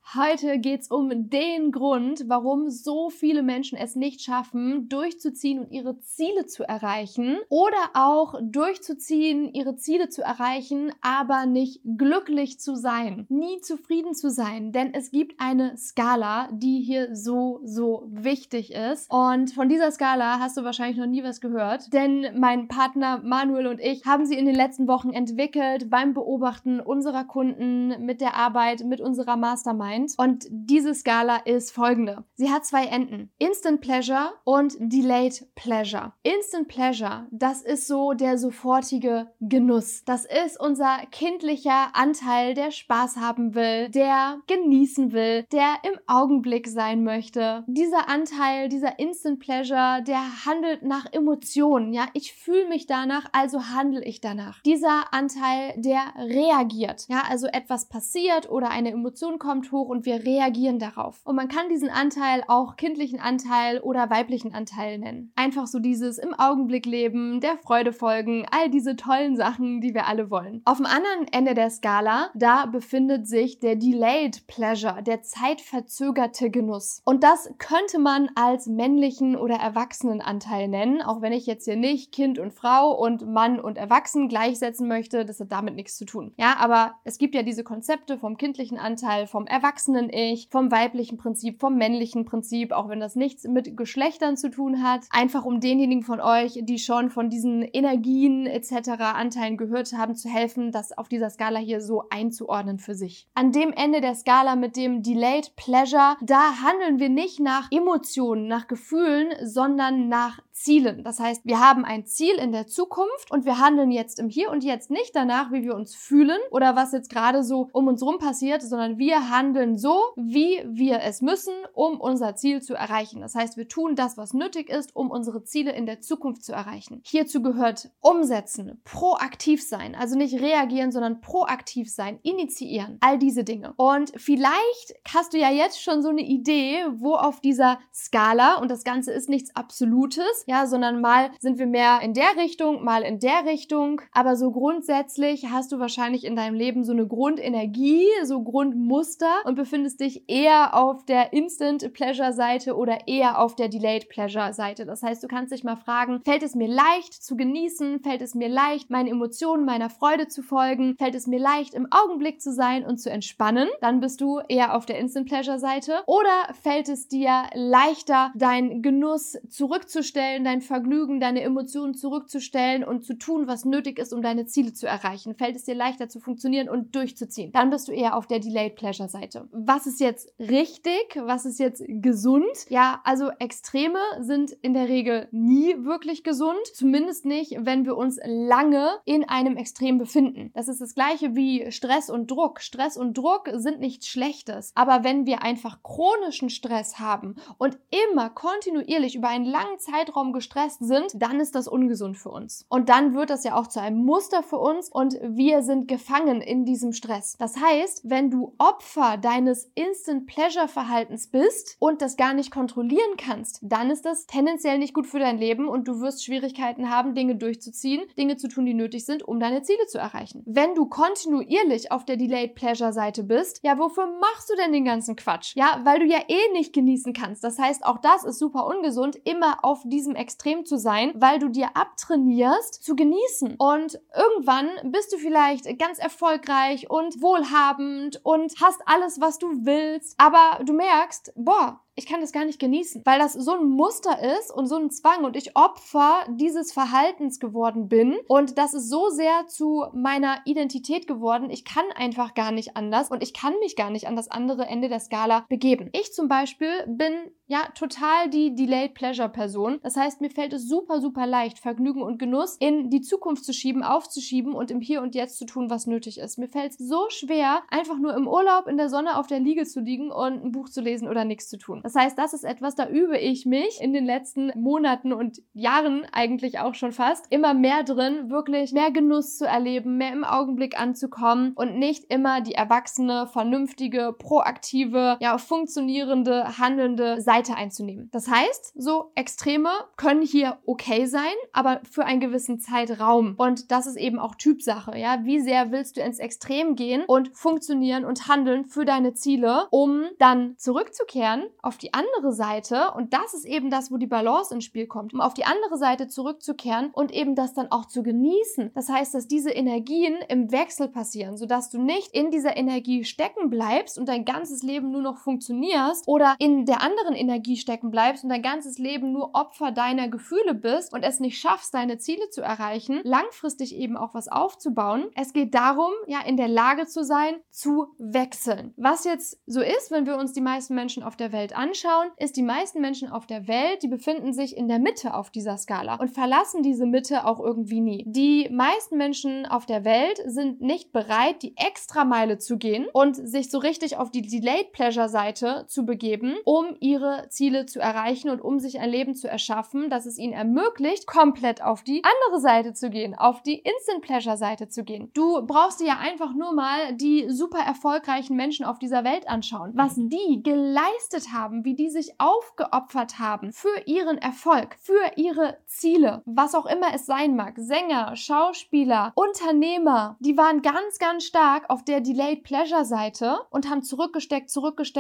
Heute geht's um den Grund, warum so viele Menschen es nicht schaffen, durchzuziehen und ihre Ziele zu erreichen oder auch durchzuziehen, ihre Ziele zu erreichen, aber nicht glücklich zu sein, nie zufrieden zu sein, denn es gibt eine Skala, die hier so wichtig ist und von dieser Skala hast du wahrscheinlich noch nie was gehört, denn mein Partner Manuel und ich haben sie in den letzten Wochen entwickelt beim Beobachten unserer Kunden, mit der Arbeit, mit unserer Mastermind. Und diese Skala ist folgende. Sie hat 2 Enden. Instant Pleasure und Delayed Pleasure. Instant Pleasure, das ist so der sofortige Genuss. Das ist unser kindlicher Anteil, der Spaß haben will, der genießen will, der im Augenblick sein möchte. Dieser Anteil, dieser Instant Pleasure, der handelt nach Emotionen. Ja, ich fühle mich danach, also handle ich danach. Dieser Anteil, der reagiert. Ja, also etwas passiert oder eine Emotion kommt hoch und wir reagieren darauf. Und man kann diesen Anteil auch kindlichen Anteil oder weiblichen Anteil nennen. Einfach so dieses im Augenblick leben, der Freude folgen, all diese tollen Sachen, die wir alle wollen. Auf dem anderen Ende der Skala, da befindet sich der Delayed Pleasure, der zeitverzögerte Genuss. Und das könnte man als männlichen oder Erwachsenenanteil nennen, auch wenn ich jetzt hier nicht Kind und Frau und Mann und Erwachsen gleichsetzen möchte, das hat damit nichts zu tun. Ja, aber es gibt ja diese Konzepte vom kindlichen Anteil, vom Erwachsenen-Ich, vom weiblichen Prinzip, vom männlichen Prinzip, auch wenn das nichts mit Geschlechtern zu tun hat. Einfach um denjenigen von euch, die schon von diesen Energien etc. Anteilen gehört haben, zu helfen, das auf dieser Skala hier so einzuordnen für sich. An dem Ende der Skala mit dem Delayed Pleasure, da handeln wir nicht nach Emotionen, nach Gefühlen, sondern nach Zielen. Das heißt, wir haben ein Ziel in der Zukunft und wir handeln jetzt im Hier und Jetzt nicht danach, wie wir uns fühlen oder was jetzt gerade so um uns rum passiert, sondern wir handeln so, wie wir es müssen, um unser Ziel zu erreichen. Das heißt, wir tun das, was nötig ist, um unsere Ziele in der Zukunft zu erreichen. Hierzu gehört umsetzen, proaktiv sein, also nicht reagieren, sondern proaktiv sein, initiieren, all diese Dinge. Und vielleicht hast du ja jetzt schon so eine Idee, wo auf dieser Skala, und das Ganze ist nichts Absolutes, ja, sondern mal sind wir mehr in der Richtung, mal in der Richtung, aber so grundsätzlich hast du wahrscheinlich in deinem Leben so eine Grundenergie, so Grundmuster und befindest dich eher auf der Instant Pleasure Seite oder eher auf der Delayed Pleasure Seite. Das heißt, du kannst dich mal fragen, fällt es mir leicht zu genießen? Fällt es mir leicht, meinen Emotionen, meiner Freude zu folgen? Fällt es mir leicht, im Augenblick zu sein und zu entspannen? Dann bist du eher auf der Instant Pleasure Seite. Oder fällt es dir leichter, deinen Genuss zurückzustellen, dein Vergnügen, deine Emotionen zurückzustellen und zu tun, was nötig ist, um deine Ziele zu erreichen? Fällt es dir leichter zu funktionieren und durchzuziehen? Dann bist du eher auf der Delayed Pleasure Seite. Was ist jetzt richtig? Was ist jetzt gesund? Ja, also Extreme sind in der Regel nie wirklich gesund. Zumindest nicht, wenn wir uns lange in einem Extrem befinden. Das ist das Gleiche wie Stress und Druck. Stress und Druck sind nichts Schlechtes. Aber wenn wir einfach chronischen Stress haben und immer kontinuierlich über einen langen Zeitraum gestresst sind, dann ist das ungesund für uns. Und dann wird das ja auch zu einem Muster für uns und wir sind gefangen in diesem Stress. Das heißt, wenn du Opfer deines Instant Pleasure Verhaltens bist und das gar nicht kontrollieren kannst, dann ist das tendenziell nicht gut für dein Leben und du wirst Schwierigkeiten haben, Dinge durchzuziehen, Dinge zu tun, die nötig sind, um deine Ziele zu erreichen. Wenn du kontinuierlich auf der Delayed Pleasure Seite bist, ja, wofür machst du denn den ganzen Quatsch? Ja, weil du ja eh nicht genießen kannst. Das heißt, auch das ist super ungesund, immer auf diesem Extrem zu sein, weil du dir abtrainierst, zu genießen. Und irgendwann bist du vielleicht ganz erfolgreich und wohlhabend und hast alles, was du willst, aber du merkst, boah, ich kann das gar nicht genießen, weil das so ein Muster ist und so ein Zwang und ich Opfer dieses Verhaltens geworden bin und das ist so sehr zu meiner Identität geworden, ich kann einfach gar nicht anders und ich kann mich gar nicht an das andere Ende der Skala begeben. Ich zum Beispiel bin ja total die Delayed Pleasure Person. Das heißt, mir fällt es super leicht, Vergnügen und Genuss in die Zukunft zu schieben, aufzuschieben und im Hier und Jetzt zu tun, was nötig ist. Mir fällt es so schwer, einfach nur im Urlaub in der Sonne auf der Liege zu liegen und ein Buch zu lesen oder nichts zu tun. Das heißt, das ist etwas, da übe ich mich in den letzten Monaten und Jahren eigentlich auch schon fast immer mehr drin, wirklich mehr Genuss zu erleben, mehr im Augenblick anzukommen und nicht immer die erwachsene, vernünftige, proaktive, funktionierende, handelnde Seite einzunehmen. Das heißt, so Extreme können hier okay sein, aber für einen gewissen Zeitraum. Und das ist eben auch Typsache, ja. Wie sehr willst du ins Extrem gehen und funktionieren und handeln für deine Ziele, um dann zurückzukehren auf die andere Seite, und das ist eben das, wo die Balance ins Spiel kommt, um auf die andere Seite zurückzukehren und eben das dann auch zu genießen. Das heißt, dass diese Energien im Wechsel passieren, sodass du nicht in dieser Energie stecken bleibst und dein ganzes Leben nur noch funktionierst oder in der anderen Energie stecken bleibst und dein ganzes Leben nur Opfer deiner Gefühle bist und es nicht schaffst, deine Ziele zu erreichen, langfristig eben auch was aufzubauen. Es geht darum, in der Lage zu sein, zu wechseln. Was jetzt so ist, wenn wir uns die meisten Menschen auf der Welt anschauen, ist, die meisten Menschen auf der Welt, die befinden sich in der Mitte auf dieser Skala und verlassen diese Mitte auch irgendwie nie. Die meisten Menschen auf der Welt sind nicht bereit, die Extrameile zu gehen und sich so richtig auf die Delayed Pleasure Seite zu begeben, um ihre Ziele zu erreichen und um sich ein Leben zu erschaffen, das es ihnen ermöglicht, komplett auf die andere Seite zu gehen, auf die Instant Pleasure Seite zu gehen. Du brauchst dir ja einfach nur mal die super erfolgreichen Menschen auf dieser Welt anschauen, was die geleistet haben, wie die sich aufgeopfert haben für ihren Erfolg, für ihre Ziele, was auch immer es sein mag. Sänger, Schauspieler, Unternehmer, die waren ganz, ganz stark auf der Delayed Pleasure Seite und haben zurückgesteckt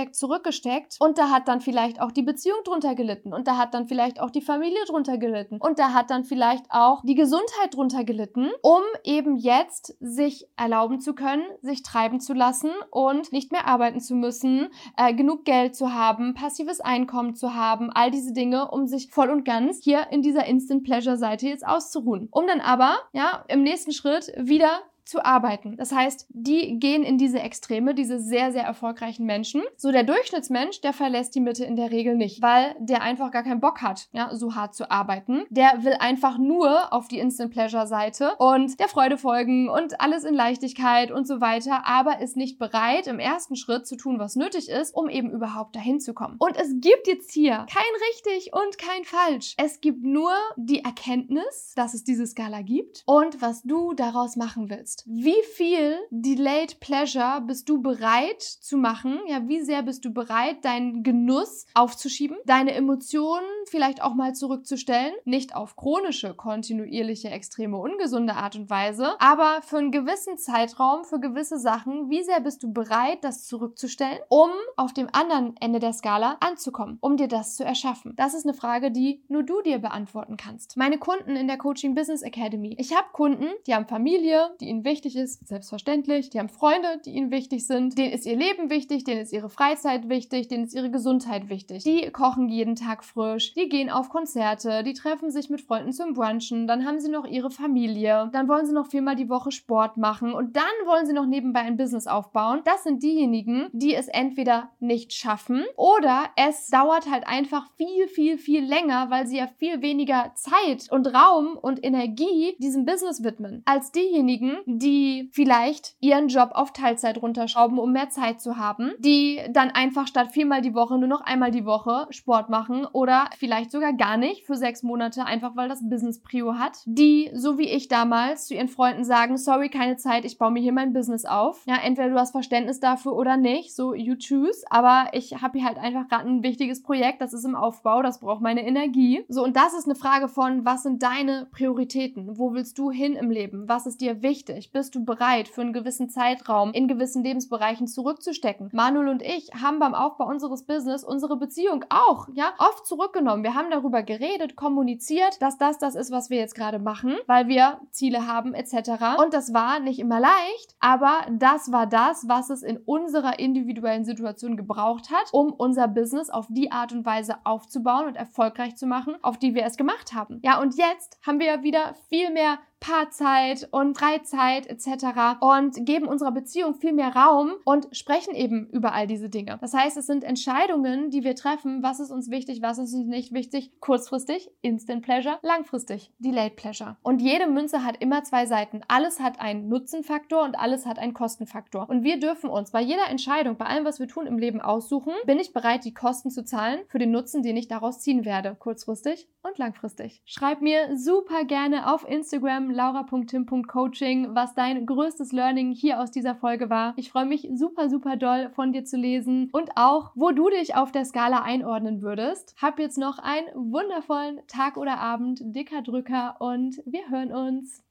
und da hat dann vielleicht auch die Beziehung drunter gelitten und da hat dann vielleicht auch die Familie drunter gelitten und da hat dann vielleicht auch die Gesundheit drunter gelitten, um eben jetzt sich erlauben zu können, sich treiben zu lassen und nicht mehr arbeiten zu müssen, genug Geld zu haben, passives Einkommen zu haben, all diese Dinge, um sich voll und ganz hier in dieser Instant Pleasure Seite jetzt auszuruhen. Um dann aber, im nächsten Schritt wieder zu arbeiten. Das heißt, die gehen in diese Extreme, diese sehr, sehr erfolgreichen Menschen. So der Durchschnittsmensch, der verlässt die Mitte in der Regel nicht, weil der einfach gar keinen Bock hat, so hart zu arbeiten. Der will einfach nur auf die Instant Pleasure Seite und der Freude folgen und alles in Leichtigkeit und so weiter, aber ist nicht bereit, im ersten Schritt zu tun, was nötig ist, um eben überhaupt dahin zu kommen. Und es gibt jetzt hier kein richtig und kein falsch. Es gibt nur die Erkenntnis, dass es diese Skala gibt und was du daraus machen willst. Wie viel Delayed Pleasure bist du bereit zu machen? Wie sehr bist du bereit, deinen Genuss aufzuschieben, deine Emotionen vielleicht auch mal zurückzustellen? Nicht auf chronische, kontinuierliche, extreme, ungesunde Art und Weise, aber für einen gewissen Zeitraum, für gewisse Sachen, wie sehr bist du bereit, das zurückzustellen, um auf dem anderen Ende der Skala anzukommen, um dir das zu erschaffen? Das ist eine Frage, die nur du dir beantworten kannst. Meine Kunden in der Coaching Business Academy. Ich habe Kunden, die haben Familie, die ihnen wichtig ist, selbstverständlich. Die haben Freunde, die ihnen wichtig sind. Denen ist ihr Leben wichtig, denen ist ihre Freizeit wichtig, denen ist ihre Gesundheit wichtig. Die kochen jeden Tag frisch, die gehen auf Konzerte, die treffen sich mit Freunden zum Brunchen, dann haben sie noch ihre Familie, dann wollen sie noch 4-mal die Woche Sport machen und dann wollen sie noch nebenbei ein Business aufbauen. Das sind diejenigen, die es entweder nicht schaffen oder es dauert halt einfach viel, viel, viel länger, weil sie ja viel weniger Zeit und Raum und Energie diesem Business widmen, als diejenigen, die vielleicht ihren Job auf Teilzeit runterschrauben, um mehr Zeit zu haben, die dann einfach statt 4-mal die Woche nur noch 1-mal die Woche Sport machen oder vielleicht sogar gar nicht für 6 Monate, einfach weil das Business Prio hat, die, so wie ich damals, zu ihren Freunden sagen, sorry, keine Zeit, ich baue mir hier mein Business auf. Ja, entweder du hast Verständnis dafür oder nicht, so you choose, aber ich habe hier halt einfach gerade ein wichtiges Projekt, das ist im Aufbau, das braucht meine Energie. So, und das ist eine Frage von, was sind deine Prioritäten? Wo willst du hin im Leben? Was ist dir wichtig? Bist du bereit, für einen gewissen Zeitraum in gewissen Lebensbereichen zurückzustecken? Manuel und ich haben beim Aufbau unseres Business unsere Beziehung auch, oft zurückgenommen. Wir haben darüber geredet, kommuniziert, dass das ist, was wir jetzt gerade machen, weil wir Ziele haben etc. Und das war nicht immer leicht, aber das war das, was es in unserer individuellen Situation gebraucht hat, um unser Business auf die Art und Weise aufzubauen und erfolgreich zu machen, auf die wir es gemacht haben. Ja, und jetzt haben wir wieder viel mehr Paarzeit und Freizeit etc. und geben unserer Beziehung viel mehr Raum und sprechen eben über all diese Dinge. Das heißt, es sind Entscheidungen, die wir treffen, was ist uns wichtig, was ist uns nicht wichtig, kurzfristig, Instant Pleasure, langfristig, Delayed Pleasure. Und jede Münze hat immer zwei Seiten. Alles hat einen Nutzenfaktor und alles hat einen Kostenfaktor. Und wir dürfen uns bei jeder Entscheidung, bei allem, was wir tun im Leben aussuchen, bin ich bereit, die Kosten zu zahlen für den Nutzen, den ich daraus ziehen werde, kurzfristig und langfristig. Schreib mir super gerne auf Instagram laura.tim.coaching, was dein größtes Learning hier aus dieser Folge war. Ich freue mich super, super doll von dir zu lesen und auch, wo du dich auf der Skala einordnen würdest. Hab jetzt noch einen wundervollen Tag oder Abend, dicker Drücker und wir hören uns.